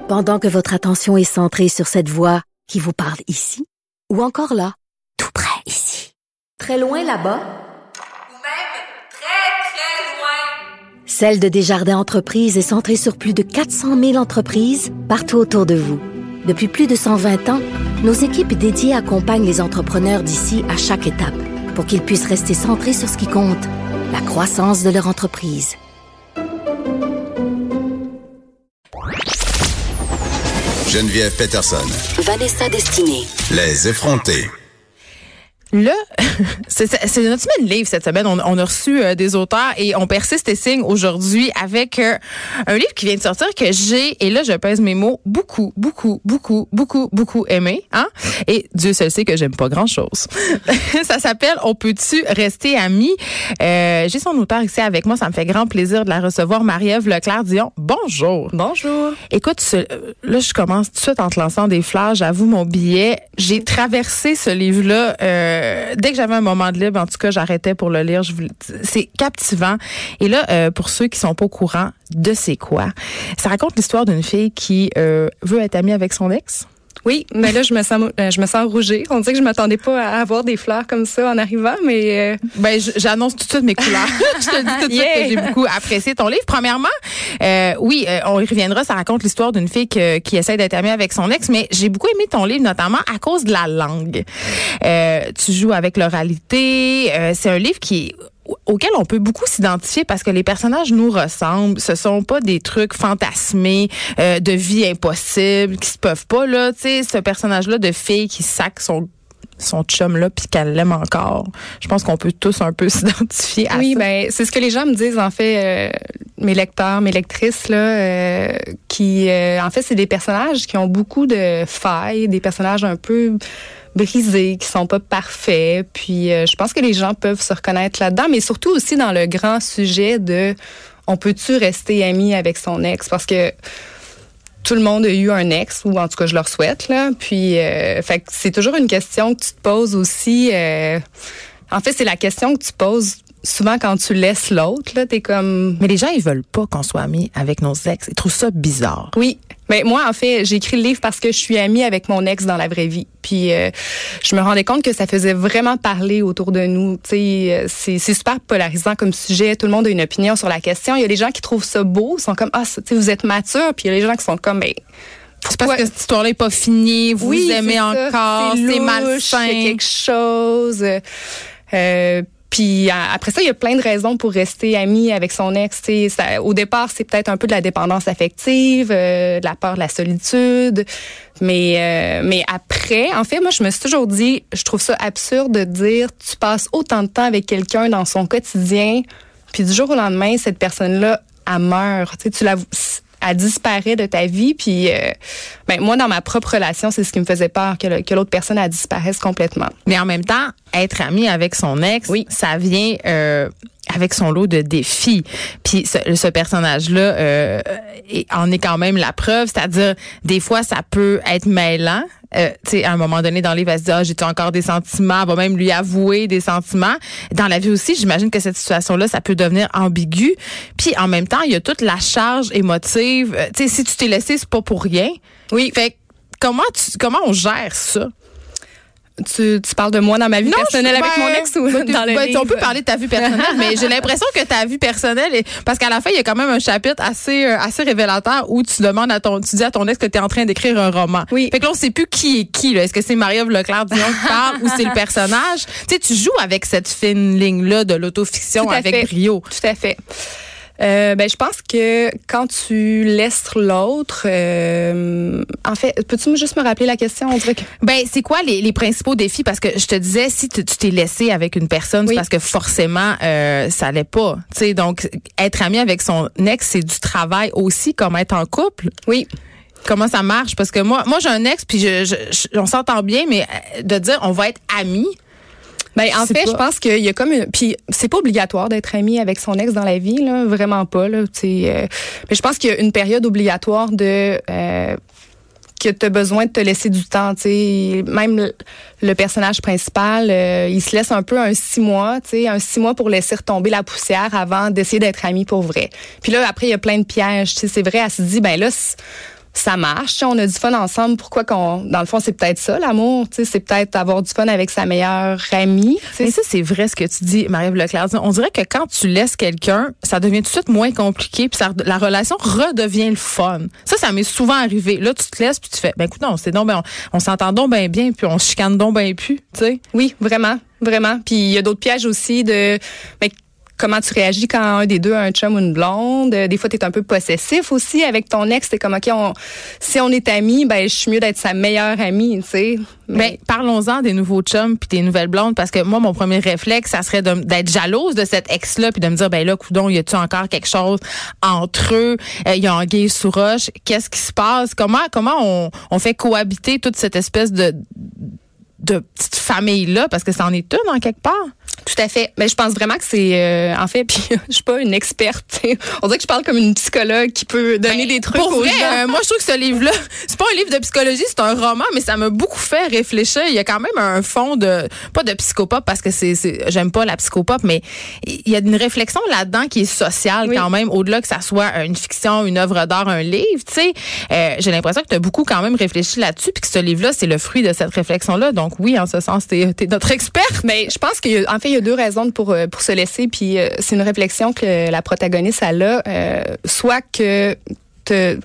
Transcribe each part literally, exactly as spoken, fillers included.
Pendant que votre attention est centrée sur cette voix qui vous parle ici, ou encore là, tout près ici, très loin là-bas, ou même très, très loin. Celle de Desjardins Entreprises est centrée sur plus de quatre cent mille entreprises partout autour de vous. Depuis plus de cent vingt ans, nos équipes dédiées accompagnent les entrepreneurs d'ici à chaque étape pour qu'ils puissent rester centrés sur ce qui compte, la croissance de leur entreprise. Geneviève Peterson. Vanessa Destinée. Les effrontés. Là, c'est, c'est notre semaine livre cette semaine. On, on a reçu euh, des auteurs et on persiste et signe aujourd'hui avec euh, un livre qui vient de sortir que j'ai, et là je pèse mes mots, beaucoup, beaucoup, beaucoup, beaucoup, beaucoup aimé. Hein? Et Dieu seul sait que j'aime pas grand-chose. Ça s'appelle « On peut-tu rester amis ?» euh, J'ai son auteur ici avec moi. Ça me fait grand plaisir de la recevoir. Marie-Ève Leclerc-Dion. Bonjour. Bonjour. Écoute, ce, là je commence tout de suite en te lançant des flashs. J'avoue mon billet. J'ai traversé ce livre-là euh, dès que j'avais un moment de libre, en tout cas, j'arrêtais pour le lire. Je voulais... C'est captivant. Et là, euh, pour ceux qui sont pas au courant de c'est quoi, ça raconte l'histoire d'une fille qui euh, veut être amie avec son ex. Oui, mais là, je me sens, je me sens rougir. On dirait que je m'attendais pas à avoir des fleurs comme ça en arrivant, mais... Euh... Ben, j'annonce tout de suite mes couleurs. Je te le dis tout de suite yeah. que j'ai beaucoup apprécié ton livre. Premièrement, euh, oui, euh, on y reviendra, ça raconte l'histoire d'une fille que, qui essaie d'être amie avec son ex, mais j'ai beaucoup aimé ton livre, notamment à cause de la langue. Euh, tu joues avec l'oralité. Euh, c'est un livre qui... auquel on peut beaucoup s'identifier parce que les personnages nous ressemblent. Ce sont pas des trucs fantasmés euh, de vie impossible qui se peuvent pas là. Tu sais, ce personnage-là de fille qui sac son son chum là puis qu'elle l'aime encore. Je pense qu'on peut tous un peu s'identifier à oui, ça. Oui, ben c'est ce que les gens me disent en fait. Euh, mes lecteurs, mes lectrices là, euh, qui euh, en fait c'est des personnages qui ont beaucoup de failles, des personnages un peu brisés, qui sont pas parfaits. Puis euh, je pense que les gens peuvent se reconnaître là-dedans, mais surtout aussi dans le grand sujet de on peut-tu rester ami avec son ex, parce que tout le monde a eu un ex, ou en tout cas je leur souhaite là. Puis euh, fait que c'est toujours une question que tu te poses aussi. Euh, en fait, c'est la question que tu poses souvent quand tu laisses l'autre là. T'es comme. Mais les gens ils veulent pas qu'on soit amis avec nos ex. Ils trouvent ça bizarre. Oui. Mais moi, en fait, j'ai écrit le livre parce que je suis amie avec mon ex dans la vraie vie. Puis euh, je me rendais compte que ça faisait vraiment parler autour de nous. Tu sais, c'est, c'est super polarisant comme sujet. Tout le monde a une opinion sur la question. Il y a des gens qui trouvent ça beau, sont comme ah, tu sais, vous êtes mature. Puis il y a les gens qui sont comme ben. C'est parce que cette histoire-là n'est pas finie. Vous oui, vous aimez c'est encore. C'est, c'est louche, malsain. C'est quelque chose. Euh, Puis après ça, il y a plein de raisons pour rester ami avec son ex. Ça, au départ, c'est peut-être un peu de la dépendance affective, euh, de la peur de la solitude. Mais euh, mais après, en fait, moi, je me suis toujours dit, je trouve ça absurde de dire, tu passes autant de temps avec quelqu'un dans son quotidien, puis du jour au lendemain, cette personne-là, elle meurt. Tu sais, tu la elle disparaît de ta vie. Puis, euh, ben, moi, dans ma propre relation, c'est ce qui me faisait peur, que, le, que l'autre personne, elle disparaisse complètement. Mais en même temps, être ami avec son ex, oui, ça vient euh, avec son lot de défis. Puis, ce, ce personnage-là euh, en est quand même la preuve. C'est-à-dire, des fois, ça peut être mêlant. Euh, tu sais, à un moment donné, dans le livre, elle se dit, ah, j'ai-tu encore des sentiments? Elle va même lui avouer des sentiments. Dans la vie aussi, j'imagine que cette situation-là, ça peut devenir ambigu. Puis, en même temps, il y a toute la charge émotive. Euh, tu sais, si tu t'es laissé, c'est pas pour rien. Oui. Fait que, comment tu, comment on gère ça? Tu, tu parles de moi dans ma vie non, personnelle avec ben, mon ex ou ben, dans le ben, livre? On peut parler de ta vie personnelle, mais j'ai l'impression que ta vie personnelle, est, parce qu'à la fin, il y a quand même un chapitre assez euh, assez révélateur où tu demandes à ton, tu dis à ton ex que tu es en train d'écrire un roman. Oui. Fait que là, on sait plus qui est qui. Là. Est-ce que c'est Marie-Ève Leclerc-Dion qui parle ou c'est le personnage? Tu sais, tu joues avec cette fine ligne-là de l'autofiction avec fait. brio. Tout à fait. Euh, ben je pense que quand tu laisses l'autre, euh, en fait, peux-tu juste me rappeler la question? On dirait que... Ben c'est quoi les, les principaux défis? Parce que je te disais, si tu, tu t'es laissé avec une personne, oui, c'est parce que forcément euh, ça allait pas. Tu sais, donc être ami avec son ex, c'est du travail aussi, comme être en couple. Oui. Comment ça marche? Parce que moi, moi j'ai un ex, puis je, je, je, on s'entend bien, mais de dire on va être amis. Ben en fait, pas. je pense qu'il y a comme une, puis c'est pas obligatoire d'être ami avec son ex dans la vie là, vraiment pas là, tu sais. Euh, mais je pense qu'il y a une période obligatoire de euh, que tu as besoin de te laisser du temps, tu sais. Même le, le personnage principal, euh, il se laisse un peu un six mois, tu sais, un six mois pour laisser retomber la poussière avant d'essayer d'être ami pour vrai. Puis là après il y a plein de pièges, tu sais, c'est vrai, elle se dit ben là ça marche, on a du fun ensemble. Pourquoi qu'on, dans le fond, c'est peut-être ça, l'amour, tu sais, c'est peut-être avoir du fun avec sa meilleure amie. Mais ça, c'est vrai ce que tu dis, Marie-Ève Leclerc. On dirait que quand tu laisses quelqu'un, ça devient tout de suite moins compliqué, puis ça, la relation redevient le fun. Ça, ça m'est souvent arrivé. Là, tu te laisses, puis tu fais, ben écoute, non, c'est donc, ben, on, on s'entend donc bien bien, puis on se chicane donc bien plus, tu sais. Oui, vraiment, vraiment. Puis il y a d'autres pièges aussi de, ben, comment tu réagis quand un des deux a un chum ou une blonde. Des fois, tu es un peu possessif aussi avec ton ex. T'es comme, OK, on, si on est amis, ben je suis mieux d'être sa meilleure amie, tu sais. Mais ben, parlons-en des nouveaux chums puis des nouvelles blondes, parce que moi, mon premier réflexe, ça serait de, d'être jalouse de cet ex-là puis de me dire, ben là, coudon, y a-tu encore quelque chose entre eux? Il y a anguille sous roche. Qu'est-ce qui se passe? Comment, comment on, on fait cohabiter toute cette espèce de, de petite famille-là? Parce que ça en est une, en quelque part. Tout à fait. Mais je pense vraiment que c'est, euh, en fait, puis je suis pas une experte. T'sais. On dirait que je parle comme une psychologue qui peut donner ben, des trucs pour aux vrai, gens. Euh, moi, je trouve que ce livre-là, c'est pas un livre de psychologie, c'est un roman, mais ça m'a beaucoup fait réfléchir. Il y a quand même un fond de, pas de psychopop, parce que c'est, c'est j'aime pas la psychopop, mais il y a une réflexion là-dedans qui est sociale oui. quand même, au-delà que ça soit une fiction, une œuvre d'art, un livre. Tu sais, euh, j'ai l'impression que tu as beaucoup quand même réfléchi là-dessus, puis que ce livre-là, c'est le fruit de cette réflexion-là. Donc oui, en ce sens, t'es, t'es notre experte. Mais je pense qu'il y a, en fait, il y a deux raisons pour pour se laisser, puis euh, c'est une réflexion que la protagoniste elle a, euh, soit que te,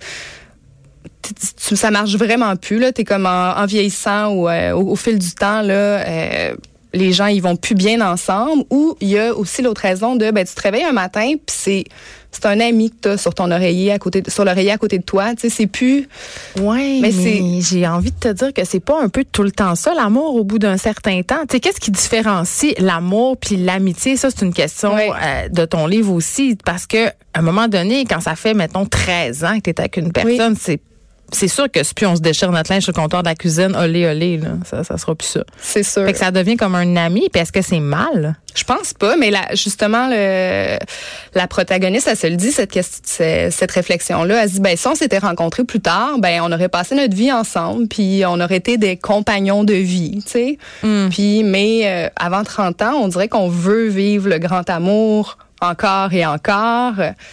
tu, ça marche vraiment plus là, t'es comme en, en vieillissant ou euh, au, au fil du temps là. Euh, les gens ils vont plus bien ensemble, ou il y a aussi l'autre raison de ben tu te réveilles un matin puis c'est c'est un ami que t'as sur ton oreiller à côté de, sur l'oreiller à côté de toi, tu sais, c'est plus ouais mais, mais c'est j'ai envie de te dire que c'est pas un peu tout le temps ça l'amour au bout d'un certain temps. Tu sais, qu'est-ce qui différencie l'amour puis l'amitié? Ça c'est une question ouais. euh, de ton livre aussi, parce que à un moment donné, quand ça fait mettons treize ans que t'es avec une personne, oui. c'est c'est sûr que puis on se déchire notre linge sur le comptoir de la cuisine, olé, olé, là. Ça, ça sera plus ça. C'est sûr. Fait que ça devient comme un ami, puis est-ce que c'est mal? Je pense pas, mais là, justement, le, la protagoniste, elle se le dit, cette, cette réflexion-là. Elle se dit, ben, si on s'était rencontrés plus tard, ben, on aurait passé notre vie ensemble, puis on aurait été des compagnons de vie, tu sais. Mm. Puis, mais euh, avant trente ans, on dirait qu'on veut vivre le grand amour encore et encore.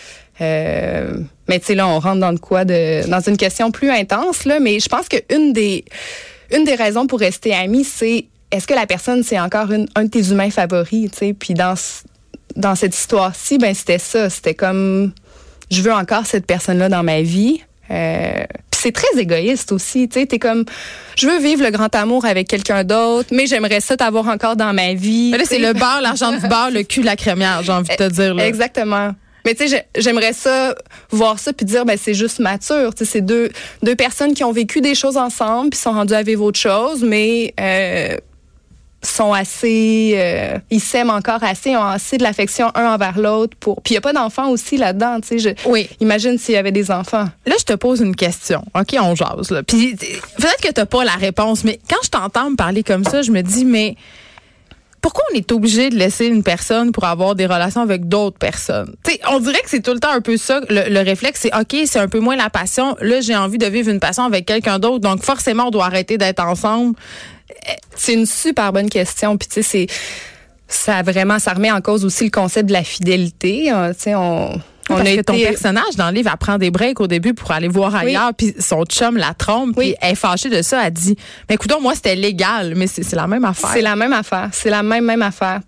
Euh, mais tu sais là on rentre dans de quoi de dans une question plus intense là, mais je pense que une des une des raisons pour rester amis, c'est est-ce que la personne c'est encore une, un de tes humains favoris, tu sais, puis dans dans cette histoire-ci ben c'était ça, c'était comme je veux encore cette personne-là dans ma vie. Euh, puis c'est très égoïste aussi, tu sais, t'es comme je veux vivre le grand amour avec quelqu'un d'autre, mais j'aimerais ça t'avoir encore dans ma vie. Mais là c'est le beurre, l'argent du beurre, le cul, la crémière, j'ai envie de te dire là. Exactement. Mais tu sais, j'aimerais ça, voir ça puis dire, ben c'est juste mature. Tu sais, c'est deux deux personnes qui ont vécu des choses ensemble puis sont rendues à vivre autre chose, mais euh, sont assez, euh, ils s'aiment encore assez, ils ont assez de l'affection un envers l'autre pour. Puis il y a pas d'enfants aussi là-dedans, tu sais. Oui. Imagine s'il y avait des enfants. Là, je te pose une question. Ok, on jase là. Puis peut-être que t'as pas la réponse, mais quand je t'entends me parler comme ça, je me dis, mais pourquoi on est obligé de laisser une personne pour avoir des relations avec d'autres personnes? T'sais, on dirait que c'est tout le temps un peu ça. Le, le réflexe, c'est OK, c'est un peu moins la passion. Là, j'ai envie de vivre une passion avec quelqu'un d'autre. Donc, forcément, on doit arrêter d'être ensemble. C'est une super bonne question. Puis, tu sais, c'est ça vraiment, ça remet en cause aussi le concept de la fidélité. Tu sais, on... On Parce a que été... ton personnage dans le livre, elle prend des breaks au début pour aller voir ailleurs, oui. Puis son chum la trompe, oui. Puis elle est fâchée de ça, elle dit, mais écoute, moi c'était légal, mais c'est, c'est la même affaire. C'est la même affaire, c'est la même même affaire.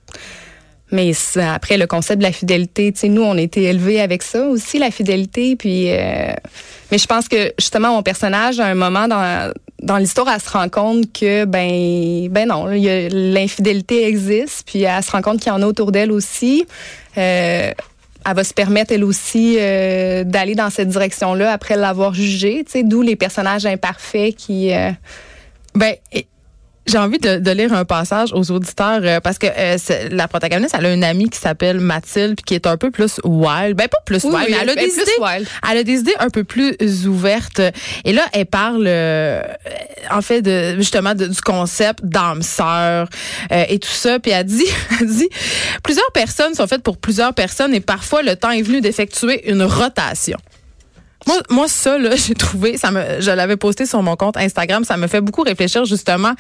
Mais après le concept de la fidélité, tu sais, nous on a été élevés avec ça aussi, la fidélité, puis euh... mais je pense que justement mon personnage à un moment dans dans l'histoire, elle se rend compte que ben ben non, il y a, l'infidélité existe, puis elle se rend compte qu'il y en a autour d'elle aussi. Euh, Elle va se permettre, elle aussi, euh, d'aller dans cette direction-là après l'avoir jugée, tu sais, d'où les personnages imparfaits qui... Euh... Ben, j'ai envie de, de lire un passage aux auditeurs euh, parce que euh, la protagoniste, elle a une amie qui s'appelle Mathilde puis qui est un peu plus wild. Ben, pas plus oui, wild, oui, mais elle a des idées, wild. Elle a des idées un peu plus ouvertes. Et là, elle parle, euh, en fait, de justement de, du concept d'âme sœur euh, et tout ça. Puis elle dit, elle dit, plusieurs personnes sont faites pour plusieurs personnes et parfois le temps est venu d'effectuer une rotation. Moi, moi, ça, là, j'ai trouvé, ça me, je l'avais posté sur mon compte Instagram, ça me fait beaucoup réfléchir, justement,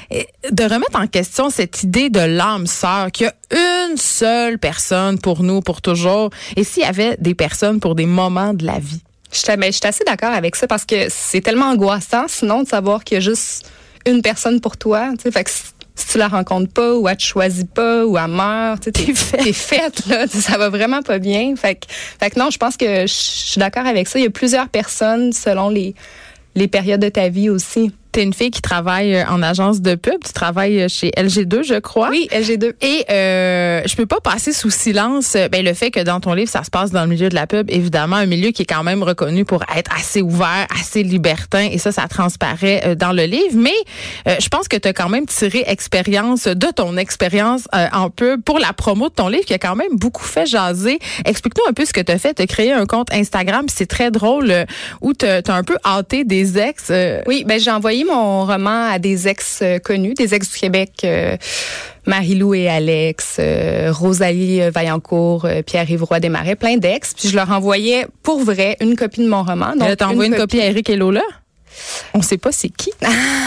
de remettre en question cette idée de l'âme sœur, qu'il y a une seule personne pour nous, pour toujours. Et s'il y avait des personnes pour des moments de la vie? Je suis, ben, je suis assez d'accord avec ça parce que c'est tellement angoissant, sinon, de savoir qu'il y a juste une personne pour toi. Tu sais, fait que si tu la rencontres pas ou elle te choisit pas ou elle meurt, tu sais, t'es, t'es faite, là. Ça va vraiment pas bien. Fait que, fait que non, je pense que je suis d'accord avec ça. Il y a plusieurs personnes selon les, les périodes de ta vie aussi. T'es une fille qui travaille en agence de pub. Tu travailles chez L G deux, je crois. Oui, L G deux. Et euh, je peux pas passer sous silence ben, le fait que dans ton livre, ça se passe dans le milieu de la pub. Évidemment, un milieu qui est quand même reconnu pour être assez ouvert, assez libertin. Et ça, ça transparaît dans le livre. Mais euh, je pense que tu as quand même tiré expérience de ton expérience euh, en pub pour la promo de ton livre qui a quand même beaucoup fait jaser. Explique-nous un peu ce que tu as fait. Tu as créé un compte Instagram. C'est très drôle euh, où tu as un peu hâté des ex. Euh, oui, ben j'ai envoyé mon roman à des ex euh, connus, des ex du Québec, euh, Marie-Lou et Alex, euh, Rosalie Vaillancourt, euh, Pierre-Yves Roy Desmarais, plein d'ex. Puis je leur envoyais pour vrai une copie de mon roman. Donc, t'as envoyé une, une copie à Eric et Lola? On sait pas c'est qui.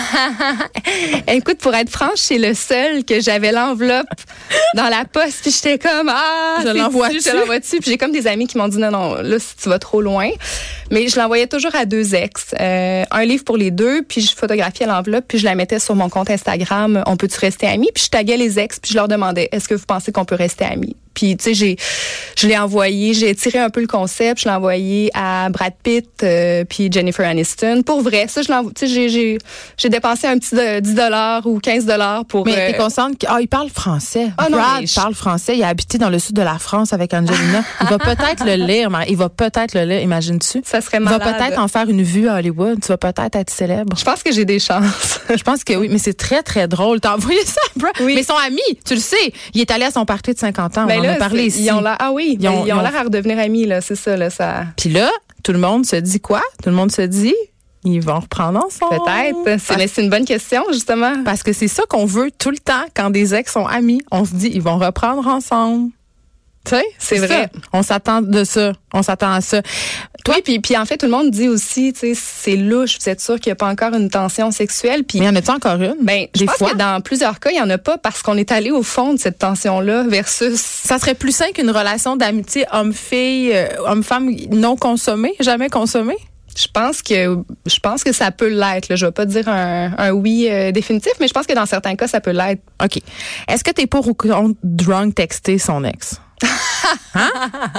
Écoute, pour être franche, c'est le seul que j'avais l'enveloppe dans la poste, puis j'étais comme ah, je l'envoie-tu, je l'envoie-tu, puis j'ai comme des amis qui m'ont dit non non, là si tu vas trop loin. Mais je l'envoyais toujours à deux ex, euh, un livre pour les deux, puis je photographiais l'enveloppe, puis je la mettais sur mon compte Instagram. On peut-tu rester amis? Puis je taguais les ex, puis je leur demandais est-ce que vous pensez qu'on peut rester amis? Puis tu sais, j'ai, je l'ai envoyé, j'ai tiré un peu le concept, je l'ai envoyé à Brad Pitt, euh, puis Jennifer Aniston. Pour vrai, ça je l'envoie. Tu sais, j'ai, j'ai, j'ai dépensé un petit de, dix dollars ou quinze dollars pour. Mais euh, t'es consciente qu'il ah, il parle français. Ah, non, Brad mais je... parle français. Il a habité dans le sud de la France avec Angelina. Il va peut-être le lire. Il va peut-être le lire. Imagines-tu? Ça serait malade. malade. Il va peut-être en faire une vue à Hollywood. Tu vas peut-être être célèbre. Je pense que j'ai des chances. Je pense que oui, mais c'est très très drôle. T'as envoyé ça, à Brad? Oui. Mais son ami, tu le sais, il est allé à son party de cinquante ans. On ben là, en a parlé ici. Ils ont l'air, ah oui, ils ont, ils ont l'air à redevenir amis là. C'est ça là, ça. Puis là, tout le monde se dit quoi? Tout le monde se dit. Ils vont reprendre ensemble. Peut-être. C'est, mais c'est une bonne question, justement. Parce que c'est ça qu'on veut tout le temps quand des ex sont amis. On se dit, ils vont reprendre ensemble. Tu sais, c'est, c'est vrai. Ça. On s'attend de ça. On s'attend à ça. Toi, oui, puis, puis en fait, tout le monde dit aussi, tu sais, c'est louche. Vous êtes sûr qu'il n'y a pas encore une tension sexuelle? Puis, mais y en a-t-il encore une? Ben, je des pense fois? que dans plusieurs cas, il n'y en a pas parce qu'on est allé au fond de cette tension-là versus... Ça serait plus sain qu'une relation d'amitié homme-fille, euh, homme-femme non consommée, jamais consommée? Je pense que je pense que ça peut l'être. Là. Je vais pas dire un, un oui euh, définitif, mais je pense que dans certains cas, ça peut l'être. OK. Est-ce que tu es pour ou contre drunk texter son ex? Hein?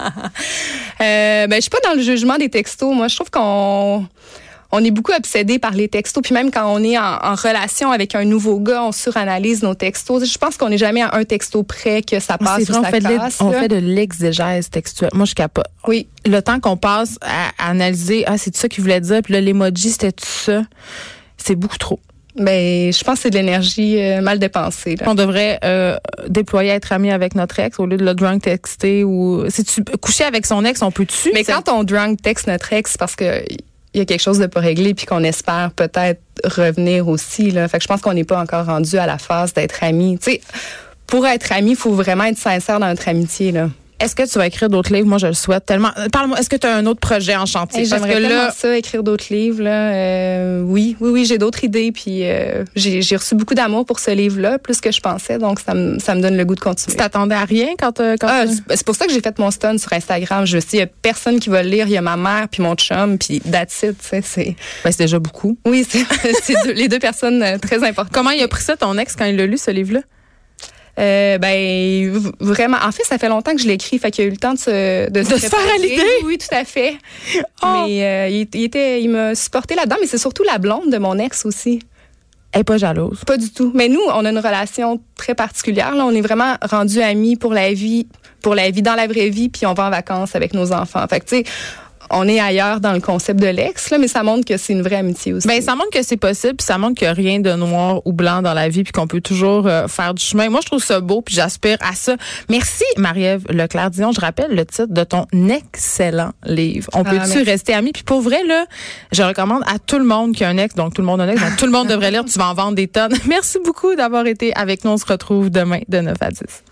euh, ben, je suis pas dans le jugement des textos. Moi, je trouve qu'on... On est beaucoup obsédé par les textos, puis même quand on est en, en relation avec un nouveau gars, on suranalyse nos textos. Je pense qu'on n'est jamais à un texto près que ça passe c'est ou vrai, ça on fait casse. De on fait de l'exégèse textuelle. Moi, je capote. Oui. Le temps qu'on passe à, à analyser, ah, c'est ça qu'il voulait dire, puis là, l'emoji, c'était tout ça. C'est beaucoup trop. Ben, je pense que c'est de l'énergie euh, mal dépensée. Là. On devrait euh, déployer être ami avec notre ex au lieu de le drunk texter ou si tu coucher avec son ex, on peut-tu? Mais quand on drunk texte notre ex, c'est parce que il y a quelque chose de pas réglé puis qu'on espère peut-être revenir aussi là. Fait que je pense qu'on n'est pas encore rendu à la phase d'être amis. Tu sais, pour être ami, il faut vraiment être sincère dans notre amitié là. Est-ce que tu vas écrire d'autres livres? Moi, je le souhaite tellement. Parle-moi, est-ce que tu as un autre projet en chantier? Hey, j'aimerais tellement là... ça, écrire d'autres livres. Là. Euh, oui, oui, oui, j'ai d'autres idées. Puis euh, j'ai, j'ai reçu beaucoup d'amour pour ce livre-là, plus que je pensais. Donc, ça me, ça me donne le goût de continuer. Tu t'attendais à rien quand, euh, quand ah, c'est pour ça que j'ai fait mon stun sur Instagram. Je me suis dit, il n'y a personne qui va le lire. Il y a ma mère, puis mon chum, puis that's it. C'est, c'est... Ben, c'est déjà beaucoup. Oui, c'est, c'est deux, les deux personnes très importantes. Comment il a pris ça, ton ex, quand il l'a lu, ce livre-là? Euh, ben vraiment, en fait, ça fait longtemps que je l'écris, fait qu'il a eu le temps de se de, de se faire à l'idée. Oui, tout à fait. Oh. Mais euh, il, il était, il m'a supporté là-dedans, mais c'est surtout la blonde de mon ex aussi. Elle est pas jalouse. Pas du tout. Mais nous, on a une relation très particulière. Là, on est vraiment rendus amis pour la vie, pour la vie dans la vraie vie, puis on va en vacances avec nos enfants. Fait que tu sais. On est ailleurs dans le concept de l'ex, là, mais ça montre que c'est une vraie amitié aussi. Ben, ça montre que c'est possible, puis ça montre qu'il n'y a rien de noir ou blanc dans la vie, puis qu'on peut toujours euh, faire du chemin. Moi, je trouve ça beau, puis j'aspire à ça. Merci, Marie-Ève Leclerc-Dion. Je rappelle le titre de ton excellent livre. On ah, peut-tu merci. Rester amis? Puis pour vrai, là, je recommande à tout le monde qui a un ex, donc tout le monde a un ex, donc tout le monde devrait lire. Tu vas en vendre des tonnes. Merci beaucoup d'avoir été avec nous. On se retrouve demain de neuf à dix.